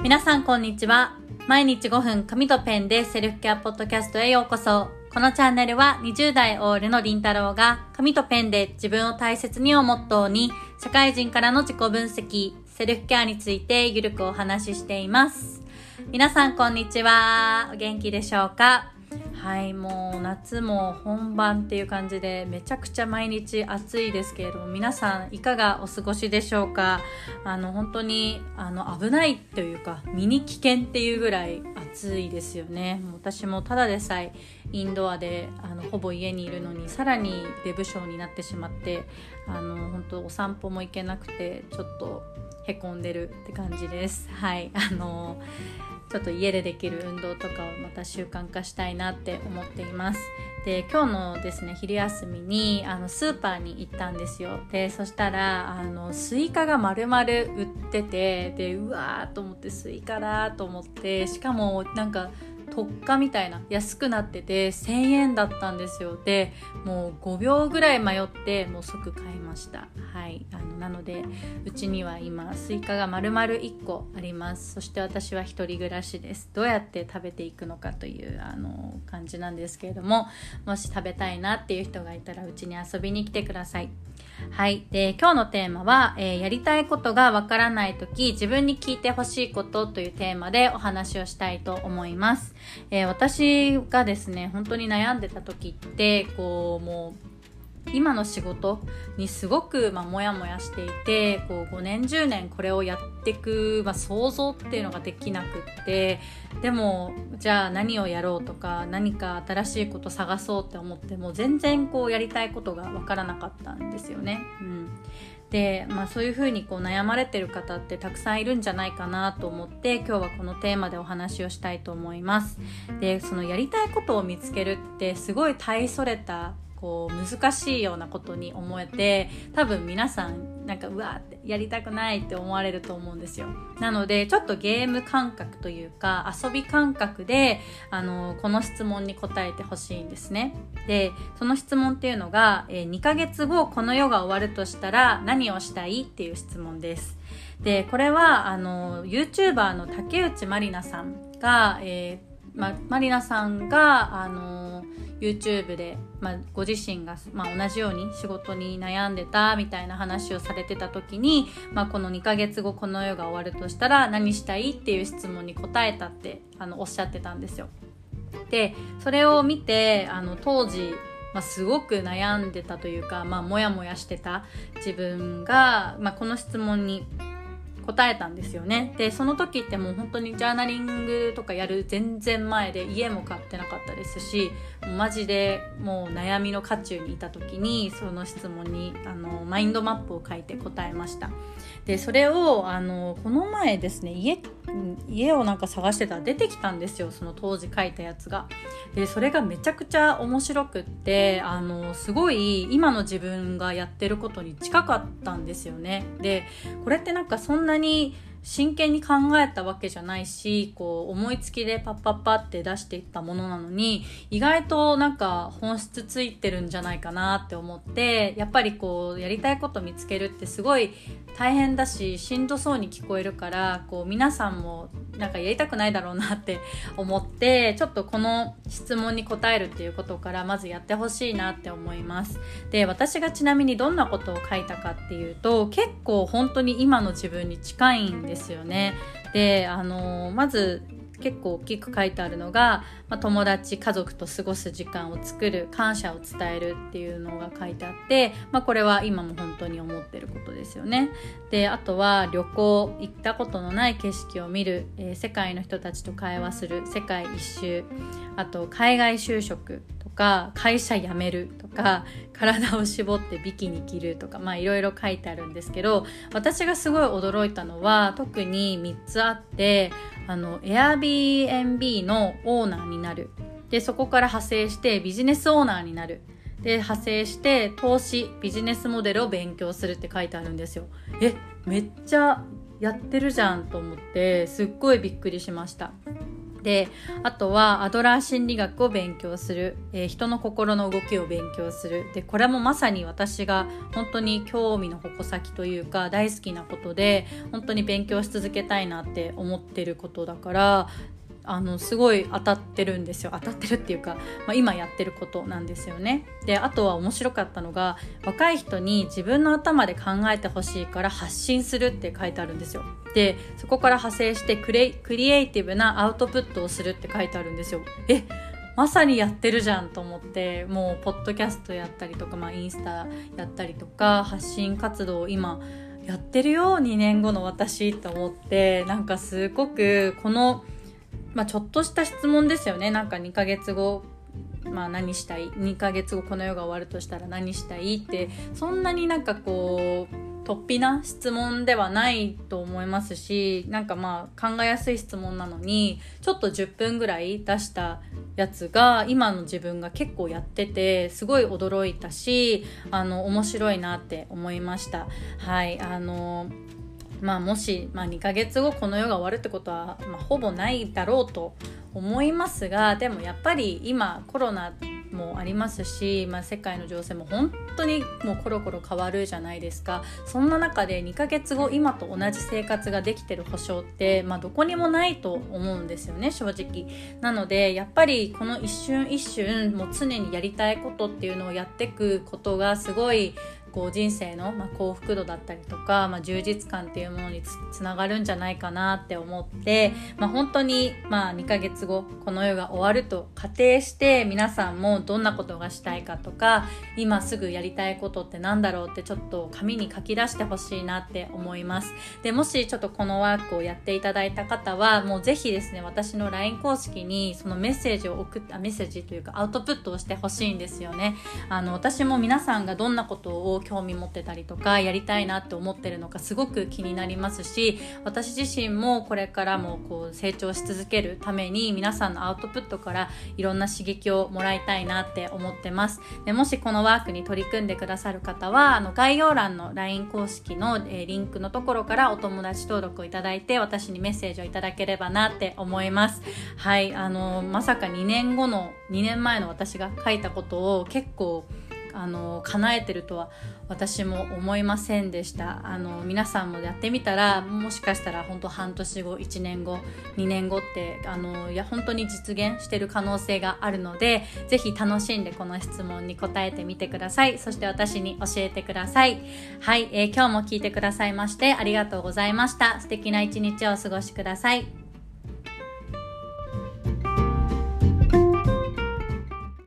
皆さんこんにちは。毎日5分紙とペンでセルフケアポッドキャストへようこそ。このチャンネルは20代オールのりんたろうが紙とペンで自分を大切にをモットーに社会人からの自己分析、セルフケアについてゆるくお話ししています。皆さんこんにちは。お元気でしょうか？はい、もう夏も本番っていう感じでめちゃくちゃ毎日暑いですけれども、皆さんいかがお過ごしでしょうか？本当に危ないというか身に危険っていうぐらい暑いですよね。もう私もただでさえインドアでほぼ家にいるのにさらにデブ症になってしまって、本当お散歩も行けなくてちょっとへこんでるって感じです。はい、ちょっと家でできる運動とかをまた習慣化したいなって思っています。で、今日のですね昼休みにスーパーに行ったんですよ。で、そしたらスイカが丸々売ってて、でうわーと思ってスイカだと思って、しかもなんか特価みたいな安くなってて1000円だったんですよ。でもう5秒ぐらい迷ってもう即買いました。はい、なのでうちには今スイカが丸々1個あります。そして私は一人暮らしです。どうやって食べていくのかという感じなんですけれども、もし食べたいなっていう人がいたらうちに遊びに来てください。はい、で今日のテーマは、やりたいことがわからないとき自分に聞いてほしいことというテーマでお話をしたいと思います。私がですね本当に悩んでた時ってもう今の仕事にすごくモヤモヤしていて、5年10年これをやっていく、想像っていうのができなくって、でもじゃあ何をやろうとか何か新しいこと探そうって思っても全然やりたいことが分からなかったんですよね。で、そういう風に悩まれてる方ってたくさんいるんじゃないかなと思って今日はこのテーマでお話をしたいと思います。で、そのやりたいことを見つけるってすごい大それた難しいようなことに思えて、多分皆さんなんかうわーってやりたくないって思われると思うんですよ。なのでちょっとゲーム感覚というか遊び感覚でこの質問に答えてほしいんですね。で、その質問っていうのが、2ヶ月後この世が終わるとしたら何をしたいっていう質問です。で、これはYouTuber の竹内まりなさんが、まりなさんがYouTube で、ご自身が、同じように仕事に悩んでたみたいな話をされてた時に、この2ヶ月後この世が終わるとしたら何したいっていう質問に答えたっておっしゃってたんですよ。で、それを見て当時すごく悩んでたというか、もやもやしてた自分が、この質問に答えたんですよね。で、その時ってもう本当にジャーナリングとかやる全然前で家も買ってなかったですし、マジでもう悩みの渦中にいた時にその質問にマインドマップを書いて答えました。で、それをこの前ですね家をなんか探してたら出てきたんですよ、その当時書いたやつが。で、それがめちゃくちゃ面白くってすごい今の自分がやってることに近かったんですよね。で、これってなんかそんなに真剣に考えたわけじゃないし、思いつきでパッパッパって出していったものなのに、意外となんか本質ついてるんじゃないかなって思って、やっぱりやりたいこと見つけるってすごい大変だししんどそうに聞こえるから、皆さんもなんかやりたくないだろうなって思って、ちょっとこの質問に答えるっていうことからまずやってほしいなって思います。で、私がちなみにどんなことを書いたかっていうと、結構本当に今の自分に近いんですよね。で、まず結構大きく書いてあるのが、友達家族と過ごす時間を作る、感謝を伝えるっていうのが書いてあって、これは今も本当に思ってることですよね。で、あとは旅行、行ったことのない景色を見る、世界の人たちと会話する、世界一周、あと海外就職とか会社辞めるとか体を絞ってビキニ着るとか、いろいろ書いてあるんですけど、私がすごい驚いたのは特に3つあって、Airbnb のオーナーになる。で、そこから派生してビジネスオーナーになる。で、派生して投資、ビジネスモデルを勉強するって書いてあるんですよ。めっちゃやってるじゃんと思って、すっごいびっくりしました。 で、あとはアドラー心理学を勉強する、人の心の動きを勉強する。で、これもまさに私が本当に興味の矛先というか大好きなことで、本当に勉強し続けたいなって思ってることだから、すごい当たってるんですよ。当たってるっていうか、今やってることなんですよね。で、あとは面白かったのが、若い人に自分の頭で考えてほしいから発信するって書いてあるんですよ。で、そこから派生してクリエイティブなアウトプットをするって書いてあるんですよ。まさにやってるじゃんと思って、もうポッドキャストやったりとか、インスタやったりとか発信活動を今やってるよ、2年後の私と思って、なんかすごくこのちょっとした質問ですよね。なんか2ヶ月後、何したい、2ヶ月後この世が終わるとしたら何したいって、そんなになんかこう突飛な質問ではないと思いますし、なんか考えやすい質問なのに、ちょっと10分ぐらい出したやつが今の自分が結構やってて、すごい驚いたし、面白いなって思いました。はい、もし、2ヶ月後この世が終わるってことは、ほぼないだろうと思いますが、でもやっぱり今コロナもありますし、世界の情勢も本当にもうコロコロ変わるじゃないですか。そんな中で2ヶ月後今と同じ生活ができてる保証って、どこにもないと思うんですよね、正直。なのでやっぱりこの一瞬一瞬もう常にやりたいことっていうのをやっていくことがすごいこう人生の幸福度だったりとか、充実感っていうものにつながるんじゃないかなって思って、本当に2ヶ月後この世が終わると仮定して、皆さんもどんなことがしたいかとか、今すぐやりたいことってなんだろうってちょっと紙に書き出してほしいなって思います。で、もしちょっとこのワークをやっていただいた方は、もうぜひですね、私の LINE 公式にそのメッセージをメッセージというかアウトプットをしてほしいんですよね。私も皆さんがどんなことを興味持ってたりとかやりたいなって思ってるのかすごく気になりますし、私自身もこれからもこう成長し続けるために皆さんのアウトプットからいろんな刺激をもらいたいなって思ってます。で、もしこのワークに取り組んでくださる方は概要欄の LINE 公式の、リンクのところからお友達登録をいただいて、私にメッセージをいただければなって思います。はい、まさか2年前の私が書いたことを結構叶えてるとは私も思いませんでした。皆さんもやってみたら、もしかしたら本当半年後、1年後、2年後って本当に実現してる可能性があるので、ぜひ楽しんでこの質問に答えてみてください。そして私に教えてください。はい、今日も聞いてくださいましてありがとうございました。素敵な一日をお過ごしください。